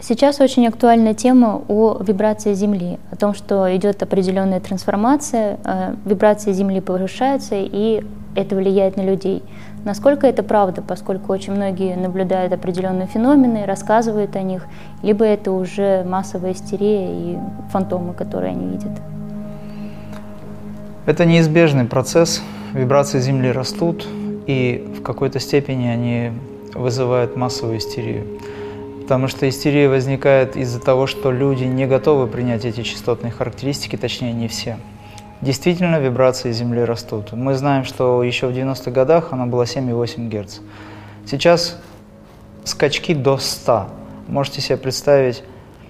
Сейчас очень актуальна тема о вибрации Земли, о том, что идет определенная трансформация, вибрации Земли повышаются, и это влияет на людей. Насколько это правда, поскольку очень многие наблюдают определенные феномены, рассказывают о них, либо это уже массовая истерия и фантомы, которые они видят? Это неизбежный процесс. Вибрации Земли растут, и в какой-то степени они вызывают массовую истерию. Потому что истерия возникает из-за того, что люди не готовы принять эти частотные характеристики, точнее не все. Действительно, вибрации Земли растут. Мы знаем, что еще в 90-х годах она была 7,8 Гц. Сейчас скачки до 100. Можете себе представить,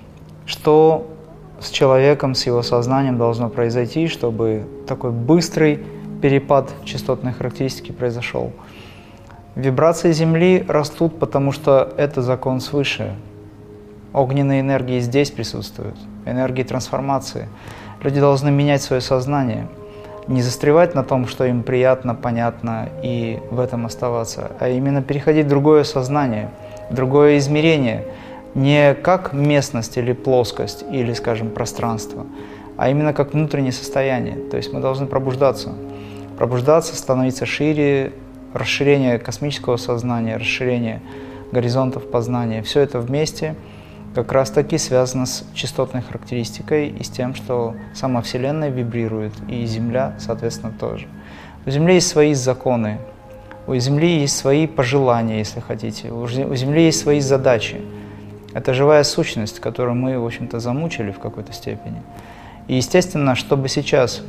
что с человеком, с его сознанием должно произойти, чтобы такой быстрый перепад частотной характеристики произошел. Вибрации Земли растут, потому что это закон свыше. Огненные энергии здесь присутствуют, энергии трансформации. Люди должны менять свое сознание, не застревать на том, что им приятно, понятно, и в этом оставаться, а именно переходить в другое сознание, в другое измерение, не как местность или плоскость, или, скажем, пространство, а именно как внутреннее состояние. То есть мы должны пробуждаться, становиться шире, расширение космического сознания, расширение горизонтов познания. Все это вместе как раз-таки связано с частотной характеристикой и с тем, что сама Вселенная вибрирует, и Земля, соответственно, тоже. У Земли есть свои законы, у Земли есть свои пожелания, если хотите, у Земли есть свои задачи. Это живая сущность, которую мы, в общем-то, замучили в какой-то степени. И, естественно, чтобы сейчас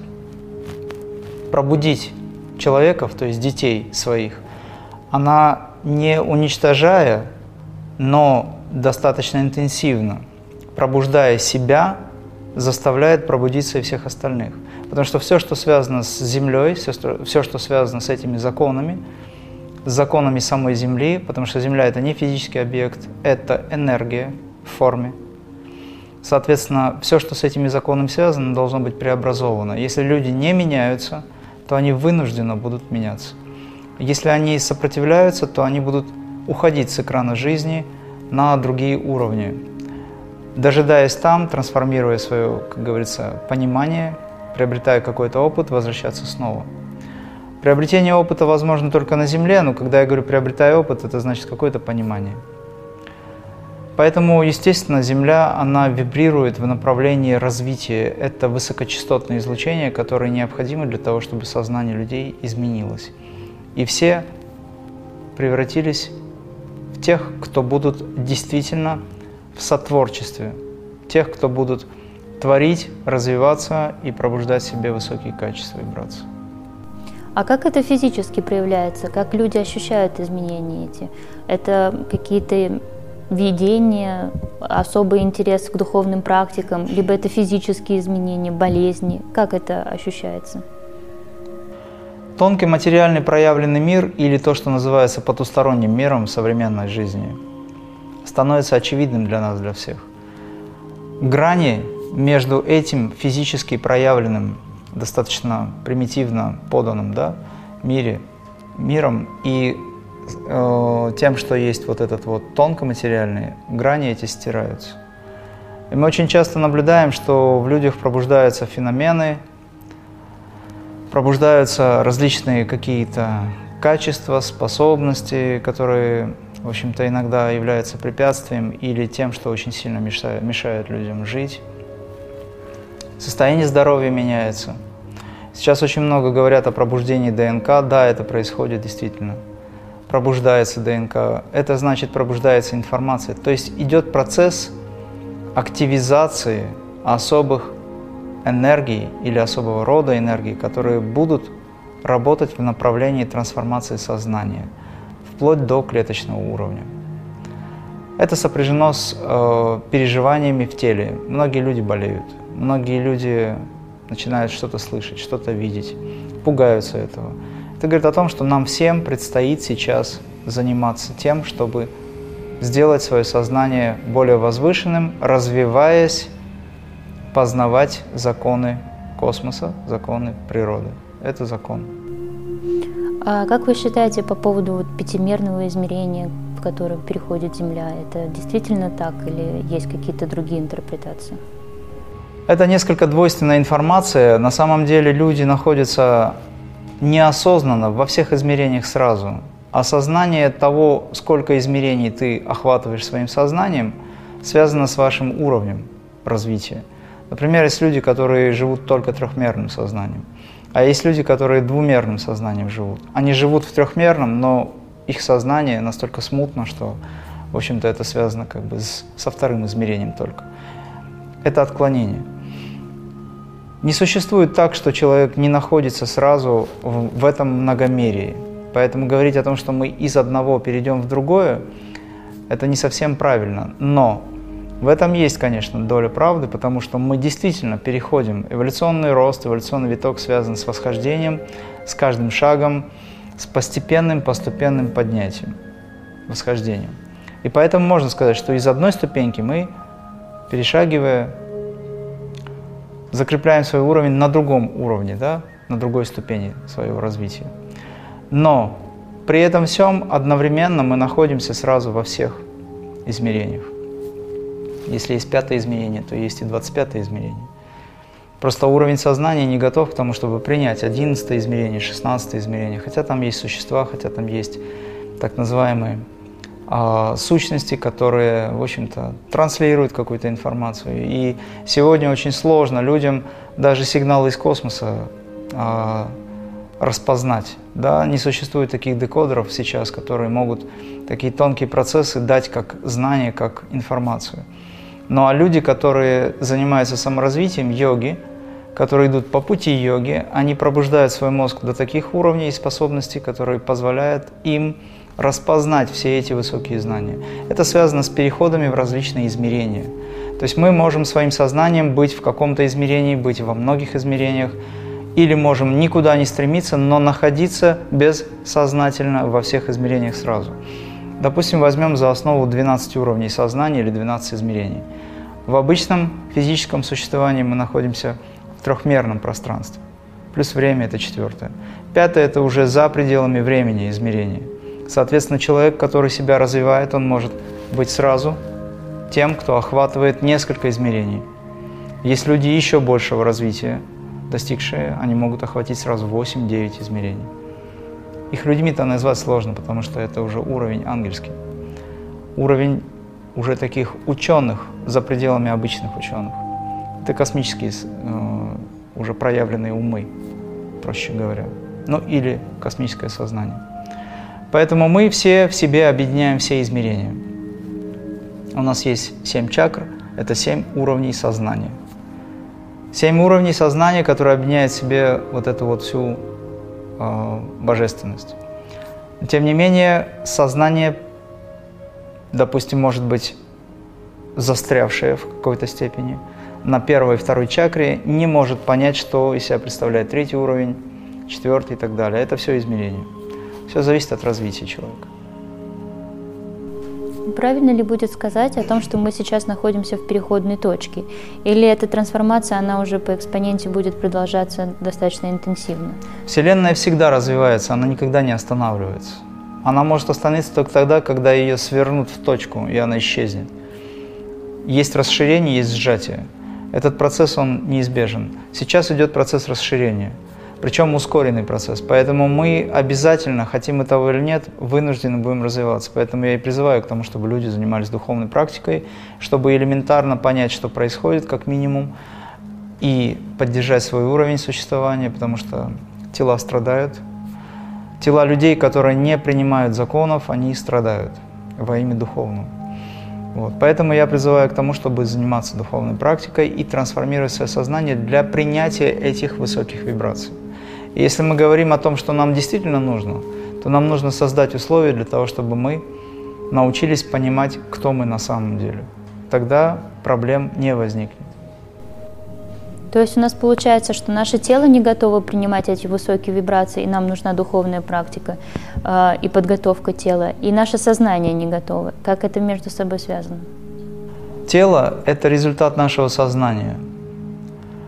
пробудить человеков, то есть детей своих, она, не уничтожая, но достаточно интенсивно, пробуждая себя, заставляет пробудиться и всех остальных. Потому что все, что связано с Землей, все, что связано с этими законами, с законами самой Земли, потому что Земля – это не физический объект, это энергия в форме. Соответственно, все, что с этими законами связано, должно быть преобразовано. Если люди не меняются, то они вынуждены будут меняться. Если они сопротивляются, то они будут уходить с экрана жизни на другие уровни, дожидаясь там, трансформируя свое, как говорится, понимание, приобретая какой-то опыт, возвращаться снова. Приобретение опыта возможно только на Земле, но когда я говорю «приобретая опыт», это значит какое-то понимание. Поэтому, естественно, Земля, она вибрирует в направлении развития. Это высокочастотные излучения, которые необходимы для того, чтобы сознание людей изменилось. И все превратились в тех, кто будут действительно в сотворчестве, тех, кто будут творить, развиваться и пробуждать в себе высокие качества вибраций. А как это физически проявляется? Как люди ощущают изменения эти? Это какие-то видение, особый интерес к духовным практикам, либо это физические изменения, болезни? Как это ощущается? Тонкий материальный проявленный мир, или то, что называется потусторонним миром в современной жизни, становится очевидным для нас, для всех. Грани между этим физически проявленным, достаточно примитивно поданным, миром и тем, что есть вот этот вот тонкоматериальный, грани эти стираются. И мы очень часто наблюдаем, что в людях пробуждаются феномены, пробуждаются различные какие-то качества, способности, которые, в общем-то, иногда являются препятствием или тем, что очень сильно мешает людям жить. Состояние здоровья меняется. Сейчас очень много говорят о пробуждении ДНК. Да, это происходит действительно. Пробуждается ДНК. Это значит, пробуждается информация. То есть идет процесс активизации особых энергий или особого рода энергий, которые будут работать в направлении трансформации сознания, вплоть до клеточного уровня. Это сопряжено с переживаниями в теле. Многие люди болеют, многие люди начинают что-то слышать, что-то видеть, пугаются этого. Это говорит о том, что нам всем предстоит сейчас заниматься тем, чтобы сделать свое сознание более возвышенным, развиваясь, познавать законы космоса, законы природы. Это закон. А как вы считаете по поводу вот пятимерного измерения, в которое переходит Земля? Это действительно так или есть какие-то другие интерпретации? Это несколько двойственная информация. На самом деле люди находятся неосознанно во всех измерениях сразу. Осознание того, сколько измерений ты охватываешь своим сознанием, связано с вашим уровнем развития. Например, есть люди, которые живут только трехмерным сознанием, а есть люди, которые двумерным сознанием живут. Они живут в трехмерном, но их сознание настолько смутно, что, в общем-то, это связано как бы со вторым измерением только. Это отклонение. Не существует так, что человек не находится сразу в этом многомерии. Поэтому говорить о том, что мы из одного перейдем в другое, это не совсем правильно. Но в этом есть, конечно, доля правды, потому что мы действительно переходим. Эволюционный рост, эволюционный виток связан с восхождением, с каждым шагом, с постепенным, постепенным поднятием, восхождением. И поэтому можно сказать, что из одной ступеньки мы, перешагивая, закрепляем свой уровень на другом уровне, да, на другой ступени своего развития. Но при этом всем одновременно мы находимся сразу во всех измерениях. Если есть 5-е измерение, то есть и 25-е измерение. Просто уровень сознания не готов к тому, чтобы принять 11-е измерение, 16-е измерение, хотя там есть существа, хотя там есть так называемые сущности, которые, в общем-то, транслируют какую-то информацию. И сегодня очень сложно людям даже сигналы из космоса распознать. Да? Не существует таких декодеров сейчас, которые могут такие тонкие процессы дать как знание, как информацию. Ну а люди, которые занимаются саморазвитием, йоги, которые идут по пути йоги, они пробуждают свой мозг до таких уровней и способностей, которые позволяют им распознать все эти высокие знания. Это связано с переходами в различные измерения. То есть мы можем своим сознанием быть в каком-то измерении, быть во многих измерениях, или можем никуда не стремиться, но находиться бессознательно во всех измерениях сразу. Допустим, возьмем за основу 12 уровней сознания или 12 измерений. В обычном физическом существовании мы находимся в трехмерном пространстве, плюс время – это 4-е. 5-е – это уже за пределами времени измерения. Соответственно, человек, который себя развивает, он может быть сразу тем, кто охватывает несколько измерений. Есть люди еще большего развития, достигшие, они могут охватить сразу 8-9 измерений. Их людьми-то назвать сложно, потому что это уже уровень ангельский. Уровень уже таких ученых, за пределами обычных ученых. Это космические уже проявленные умы, проще говоря. Ну или космическое сознание. Поэтому мы все в себе объединяем все измерения. У нас есть 7 чакр, это 7 уровней сознания. 7 уровней сознания, которые объединяют в себе вот эту вот всю божественность. Тем не менее, сознание, допустим, может быть застрявшее в какой-то степени, на 1-й и 2-й чакре не может понять, что из себя представляет 3-й уровень, 4-й и так далее. Это все измерения. Все зависит от развития человека. Правильно ли будет сказать о том, что мы сейчас находимся в переходной точке? Или эта трансформация, она уже по экспоненте будет продолжаться достаточно интенсивно? Вселенная всегда развивается, она никогда не останавливается. Она может остановиться только тогда, когда ее свернут в точку, и она исчезнет. Есть расширение, есть сжатие. Этот процесс, он неизбежен. Сейчас идет процесс расширения. Причем ускоренный процесс. Поэтому мы обязательно, хотим мы того или нет, вынуждены будем развиваться. Поэтому я и призываю к тому, чтобы люди занимались духовной практикой, чтобы элементарно понять, что происходит, как минимум, и поддержать свой уровень существования, потому что тела страдают. Тела людей, которые не принимают законов, они страдают во имя духовного. Вот. Поэтому я призываю к тому, чтобы заниматься духовной практикой и трансформировать свое сознание для принятия этих высоких вибраций. И если мы говорим о том, что нам действительно нужно, то нам нужно создать условия для того, чтобы мы научились понимать, кто мы на самом деле. Тогда проблем не возникнет. То есть у нас получается, что наше тело не готово принимать эти высокие вибрации, и нам нужна духовная практика и подготовка тела, и наше сознание не готово. Как это между собой связано? Тело – это результат нашего сознания.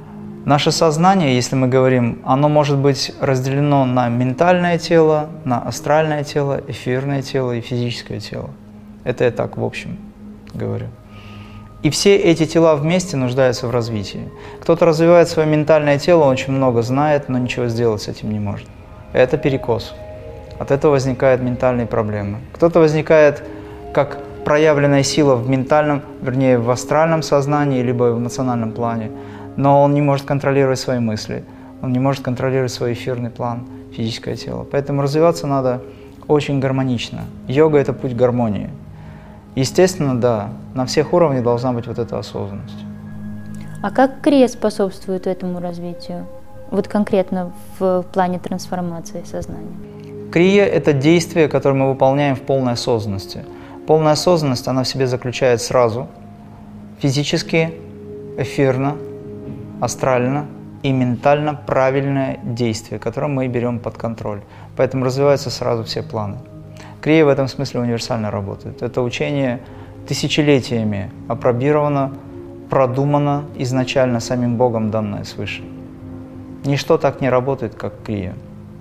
Наше сознание, если мы говорим, оно может быть разделено на ментальное тело, на астральное тело, эфирное тело и физическое тело. Это я так в общем говорю. И все эти тела вместе нуждаются в развитии. Кто-то развивает свое ментальное тело, он очень много знает, но ничего сделать с этим не может. Это перекос. От этого возникают ментальные проблемы. Кто-то возникает как проявленная сила в ментальном, вернее, в астральном сознании, либо в эмоциональном плане, но он не может контролировать свои мысли, он не может контролировать свой эфирный план, физическое тело. Поэтому развиваться надо очень гармонично. Йога – это путь гармонии. Естественно, да, на всех уровнях должна быть вот эта осознанность. А как крия способствует этому развитию? Вот конкретно в плане трансформации сознания. Крия – это действие, которое мы выполняем в полной осознанности. Полная осознанность, она в себе заключает сразу физически, эфирно, астрально и ментально правильное действие, которое мы берем под контроль. Поэтому развиваются сразу все планы. Крия в этом смысле универсально работает. Это учение тысячелетиями апробировано, продумано, изначально самим Богом данное свыше. Ничто так не работает, как крия.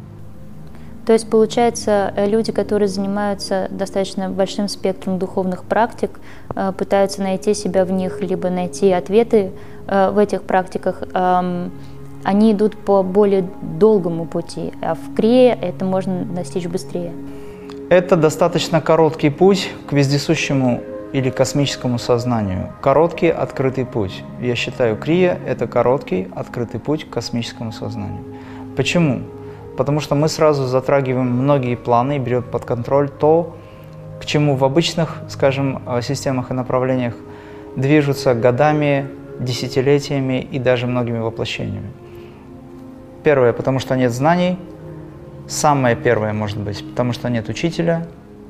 То есть, получается, люди, которые занимаются достаточно большим спектром духовных практик, пытаются найти себя в них, либо найти ответы в этих практиках, они идут по более долгому пути, а в крие это можно достичь быстрее. Это достаточно короткий путь к вездесущему или космическому сознанию. Короткий, открытый путь. Я считаю, крия – это короткий, открытый путь к космическому сознанию. Почему? Потому что мы сразу затрагиваем многие планы и берем под контроль то, к чему в обычных, скажем, системах и направлениях движутся годами, десятилетиями и даже многими воплощениями. Первое, потому что нет знаний. Самое первое, может быть, потому что нет учителя,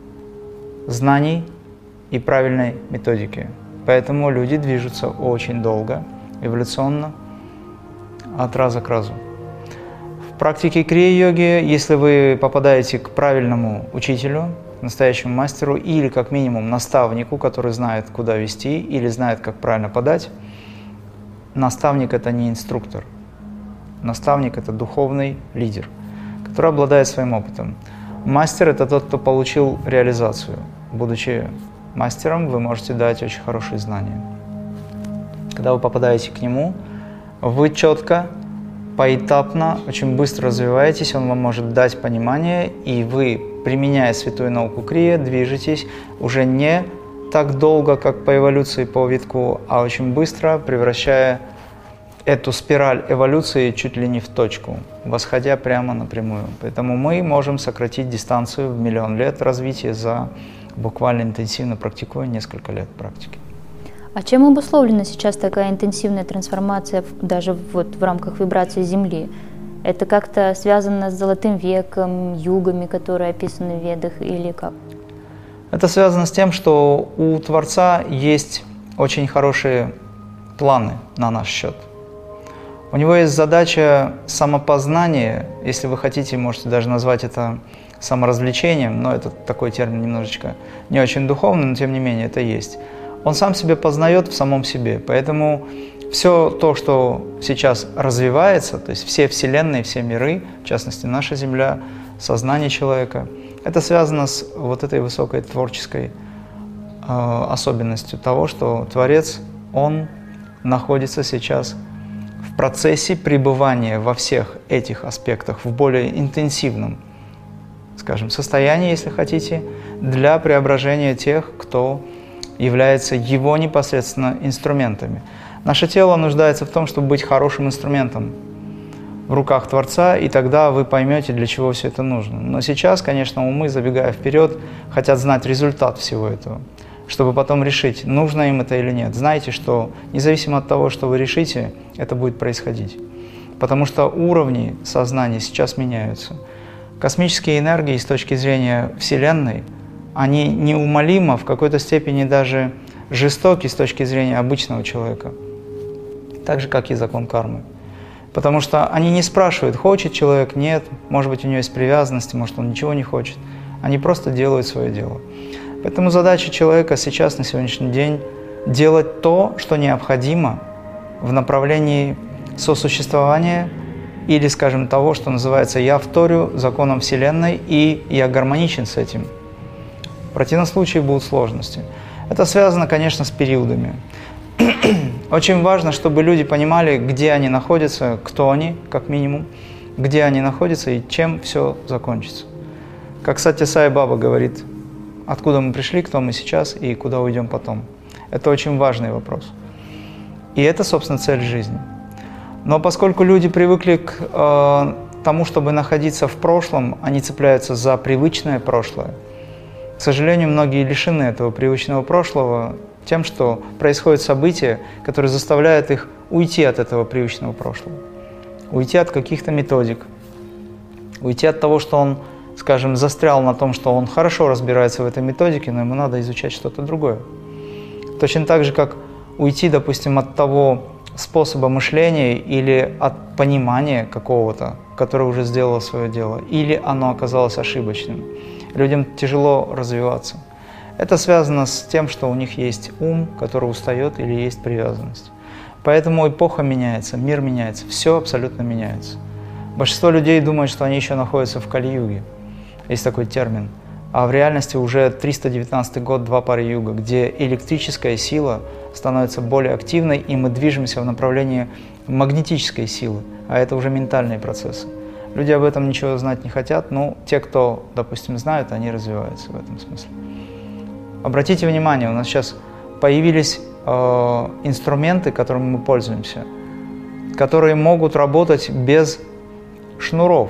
знаний и правильной методики. Поэтому люди движутся очень долго, эволюционно, от раза к разу. В практике крия-йоги, если вы попадаете к правильному учителю, настоящему мастеру или, как минимум, наставнику, который знает, куда вести или знает, как правильно подать, наставник – это не инструктор. Наставник – это духовный лидер, который обладает своим опытом. Мастер – это тот, кто получил реализацию. Будучи мастером, вы можете дать очень хорошие знания. Когда вы попадаете к нему, вы четко, поэтапно, очень быстро развиваетесь, он вам может дать понимание, и вы, применяя святую науку крия, движетесь уже не так долго, как по эволюции, по витку, а очень быстро, превращая эту спираль эволюции чуть ли не в точку, восходя прямо напрямую. Поэтому мы можем сократить дистанцию в 1 000 000 лет развития за буквально интенсивно практикуя несколько лет практики. А чем обусловлена сейчас такая интенсивная трансформация даже вот в рамках вибрации Земли? Это как-то связано с Золотым веком, югами, которые описаны в Ведах, или как? Это связано с тем, что у Творца есть очень хорошие планы на наш счет. У него есть задача самопознания, если вы хотите, можете даже назвать это саморазвлечением, но это такой термин немножечко не очень духовный, но тем не менее это есть. Он сам себя познает в самом себе, поэтому все то, что сейчас развивается, то есть все вселенные, все миры, в частности наша Земля, сознание человека, это связано с вот этой высокой творческой особенностью того, что Творец, он находится сейчас в процессе пребывания во всех этих аспектах, в более интенсивном, скажем, состоянии, если хотите, для преображения тех, кто является его непосредственно инструментами. Наше тело нуждается в том, чтобы быть хорошим инструментом в руках Творца, и тогда вы поймете, для чего все это нужно. Но сейчас, конечно, умы, забегая вперед, хотят знать результат всего этого, чтобы потом решить, нужно им это или нет. Знайте, что независимо от того, что вы решите, это будет происходить. Потому что уровни сознания сейчас меняются. Космические энергии с точки зрения Вселенной, они неумолимо, в какой-то степени даже жестоки с точки зрения обычного человека. Так же, как и закон кармы. Потому что они не спрашивают, хочет человек, нет, может быть, у него есть привязанности, может, он ничего не хочет. Они просто делают свое дело. Поэтому задача человека сейчас, на сегодняшний день, делать то, что необходимо в направлении сосуществования или, скажем, того, что называется «я вторю законам Вселенной и я гармоничен с этим». В противном случае будут сложности. Это связано, конечно, с периодами. Очень важно, чтобы люди понимали, где они находятся, кто они, как минимум, где они находятся и чем все закончится. Как Сатья Сай Баба говорит, откуда мы пришли, кто мы сейчас и куда уйдем потом. Это очень важный вопрос. И это, собственно, цель жизни. Но поскольку люди привыкли к тому, чтобы находиться в прошлом, они цепляются за привычное прошлое. К сожалению, многие лишены этого привычного прошлого тем, что происходят события, которые заставляют их уйти от этого привычного прошлого, уйти от каких-то методик, уйти от того, что он, скажем, застрял на том, что он хорошо разбирается в этой методике, но ему надо изучать что-то другое. Точно так же, как уйти, допустим, от того способа мышления или от понимания какого-то, которое уже сделало свое дело, или оно оказалось ошибочным. Людям тяжело развиваться. Это связано с тем, что у них есть ум, который устает, или есть привязанность. Поэтому эпоха меняется, мир меняется, все абсолютно меняется. Большинство людей думают, что они еще находятся в Кали-юге. Есть такой термин. А в реальности уже 319 год, два пары юга, где электрическая сила становится более активной, и мы движемся в направлении магнетической силы, а это уже ментальные процессы. Люди об этом ничего знать не хотят, но те, кто, допустим, знают, они развиваются в этом смысле. Обратите внимание, у нас сейчас появились инструменты, которыми мы пользуемся, которые могут работать без шнуров.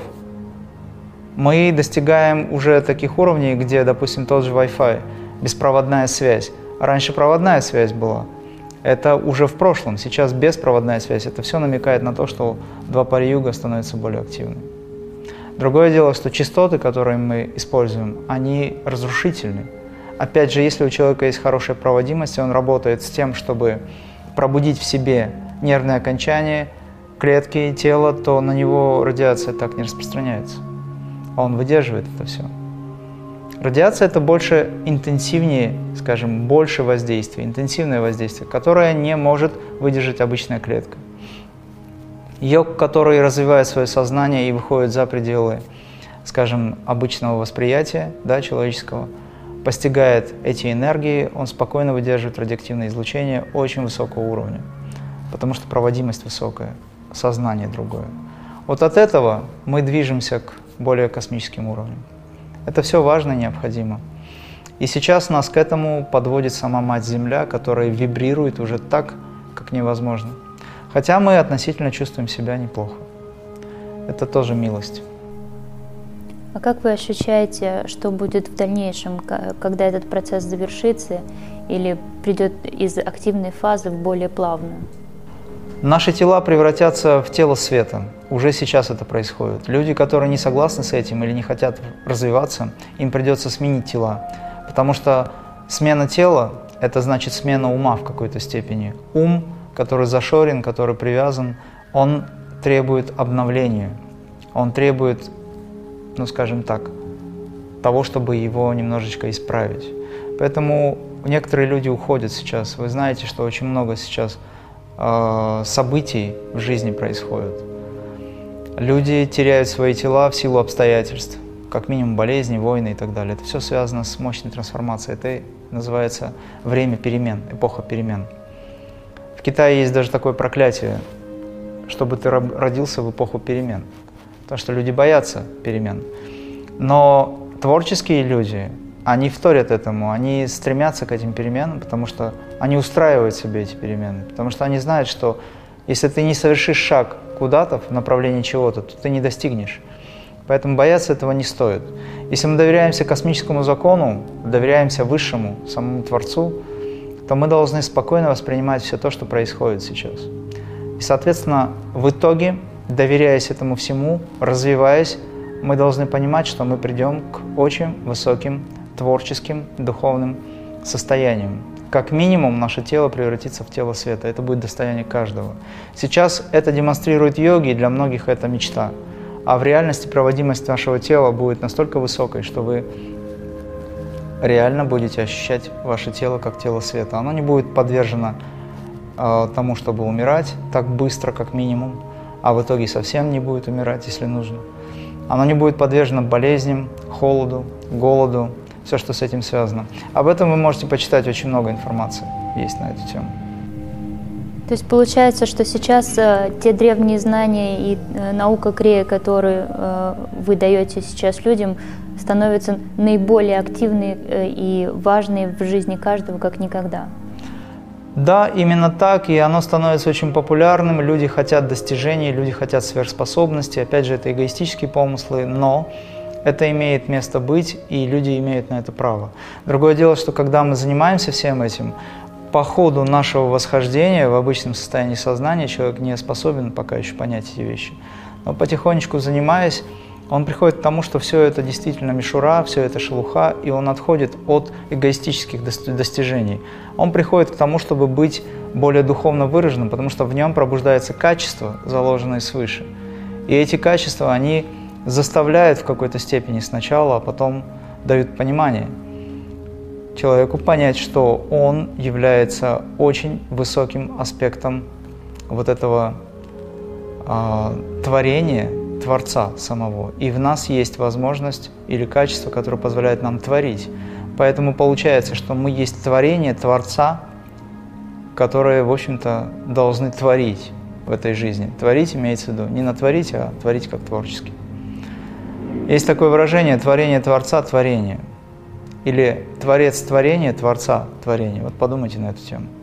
Мы достигаем уже таких уровней, где, допустим, тот же Wi-Fi, беспроводная связь. Раньше проводная связь была. Это уже в прошлом. Сейчас беспроводная связь. Это все намекает на то, что два пары юга становятся более активными. Другое дело, что частоты, которые мы используем, они разрушительны. Опять же, если у человека есть хорошая проводимость, и он работает с тем, чтобы пробудить в себе нервные окончания, клетки, тело, то на него радиация так не распространяется. Он выдерживает это все. Радиация – это больше интенсивнее, скажем, больше воздействия, интенсивное воздействие, которое не может выдержать обычная клетка. Йог, который развивает свое сознание и выходит за пределы, скажем, обычного восприятия, да, человеческого, постигает эти энергии, он спокойно выдерживает радиоактивное излучение очень высокого уровня, потому что проводимость высокая, сознание другое. Вот от этого мы движемся к более космическим уровням. Это все важно и необходимо. И сейчас нас к этому подводит сама Мать-Земля, которая вибрирует уже так, как невозможно. Хотя мы относительно чувствуем себя неплохо. Это тоже милость. А как вы ощущаете, что будет в дальнейшем, когда этот процесс завершится или придет из активной фазы в более плавную? Наши тела превратятся в тело света. Уже сейчас это происходит. Люди, которые не согласны с этим или не хотят развиваться, им придется сменить тела. Потому что смена тела – это значит смена ума в какой-то степени. Ум, который зашорен, который привязан, он требует обновления. Он требует, ну скажем так, того, чтобы его немножечко исправить. Поэтому некоторые люди уходят сейчас. Вы знаете, что очень много сейчас событий в жизни происходит. Люди теряют свои тела в силу обстоятельств, как минимум болезни, войны и так далее. Это все связано с мощной трансформацией. Это называется время перемен, эпоха перемен. В Китае есть даже такое проклятие, чтобы ты родился в эпоху перемен, потому что люди боятся перемен. Но творческие люди, они вторят этому, они стремятся к этим переменам, потому что они устраивают себе эти перемены, потому что они знают, что если ты не совершишь шаг куда-то в направлении чего-то, то ты не достигнешь. Поэтому бояться этого не стоит. Если мы доверяемся космическому закону, доверяемся Высшему, самому Творцу, то мы должны спокойно воспринимать все то, что происходит сейчас. И, соответственно, в итоге, доверяясь этому всему, развиваясь, мы должны понимать, что мы придем к очень высоким творческим, духовным состояниям. Как минимум, наше тело превратится в тело света. Это будет достояние каждого. Сейчас это демонстрирует йоги, и для многих это мечта. А в реальности проводимость нашего тела будет настолько высокой, что вы реально будете ощущать ваше тело как тело света. Оно не будет подвержено тому, чтобы умирать так быстро, как минимум, а в итоге совсем не будет умирать, если нужно. Оно не будет подвержено болезням, холоду, голоду, все, что с этим связано. Об этом вы можете почитать, очень много информации есть на эту тему. То есть получается, что сейчас те древние знания и наука Крея, которые вы даете сейчас людям, становятся наиболее активны и важны в жизни каждого как никогда. Да, именно так, и оно становится очень популярным, люди хотят достижений, люди хотят сверхспособностей, опять же, это эгоистические помыслы, но это имеет место быть, и люди имеют на это право. Другое дело, что когда мы занимаемся всем этим, по ходу нашего восхождения в обычном состоянии сознания человек не способен пока еще понять эти вещи. Но потихонечку занимаясь, он приходит к тому, что все это действительно мишура, все это шелуха, и он отходит от эгоистических достижений. Он приходит к тому, чтобы быть более духовно выраженным, потому что в нем пробуждается качество, заложенное свыше. И эти качества, они заставляют в какой-то степени сначала, а потом дают понимание человеку понять, что он является очень высоким аспектом вот этого творения, Творца самого. И в нас есть возможность или качество, которое позволяет нам творить. Поэтому получается, что мы есть творение Творца, которые, в общем-то, должны творить в этой жизни. Творить имеется в виду не натворить, а творить как творчески. Есть такое выражение «творение Творца – творение». Или «творец творения, Творца творения». Вот подумайте на эту тему.